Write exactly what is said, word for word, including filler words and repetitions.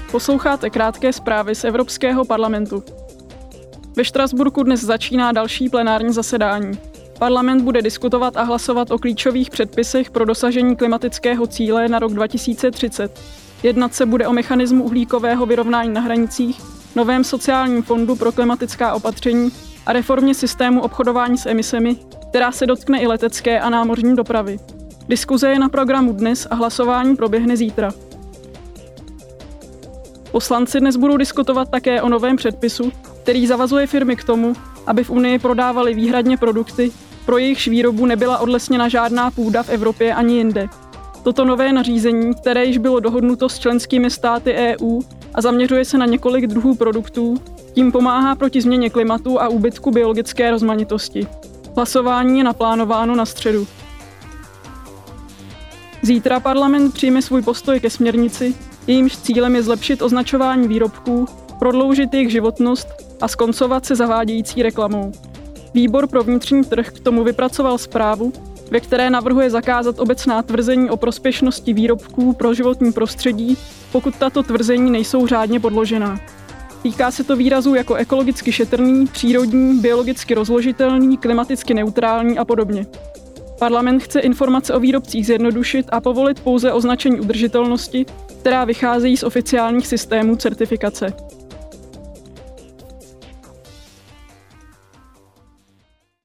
Posloucháte krátké zprávy z Evropského parlamentu. Ve Štrasburku dnes začíná další plenární zasedání. Parlament bude diskutovat a hlasovat o klíčových předpisech pro dosažení klimatického cíle na rok dva tisíce třicet. Jednat se bude o mechanismu uhlíkového vyrovnání na hranicích, novém sociálním fondu pro klimatická opatření a reformě systému obchodování s emisemi, která se dotkne i letecké a námořní dopravy. Diskuze je na programu dnes a hlasování proběhne zítra. Poslanci dnes budou diskutovat také o novém předpisu, který zavazuje firmy k tomu, aby v Unii prodávaly výhradně produkty, pro jejichž výrobu nebyla odlesněna žádná půda v Evropě ani jinde. Toto nové nařízení, které již bylo dohodnuto s členskými státy E U a zaměřuje se na několik druhů produktů, tím pomáhá proti změně klimatu a úbytku biologické rozmanitosti. Hlasování je naplánováno na středu. Zítra parlament přijme svůj postoj ke směrnici, jejímž cílem je zlepšit označování výrobků, prodloužit jejich životnost a skoncovat se zavádějící reklamou. Výbor pro vnitřní trh k tomu vypracoval zprávu, ve které navrhuje zakázat obecná tvrzení o prospěšnosti výrobků pro životní prostředí, pokud tato tvrzení nejsou řádně podložená. Týká se to výrazů jako ekologicky šetrný, přírodní, biologicky rozložitelný, klimaticky neutrální a podobně. Parlament chce informace o výrobcích zjednodušit a povolit pouze označení udržitelnosti, která vycházejí z oficiálních systémů certifikace.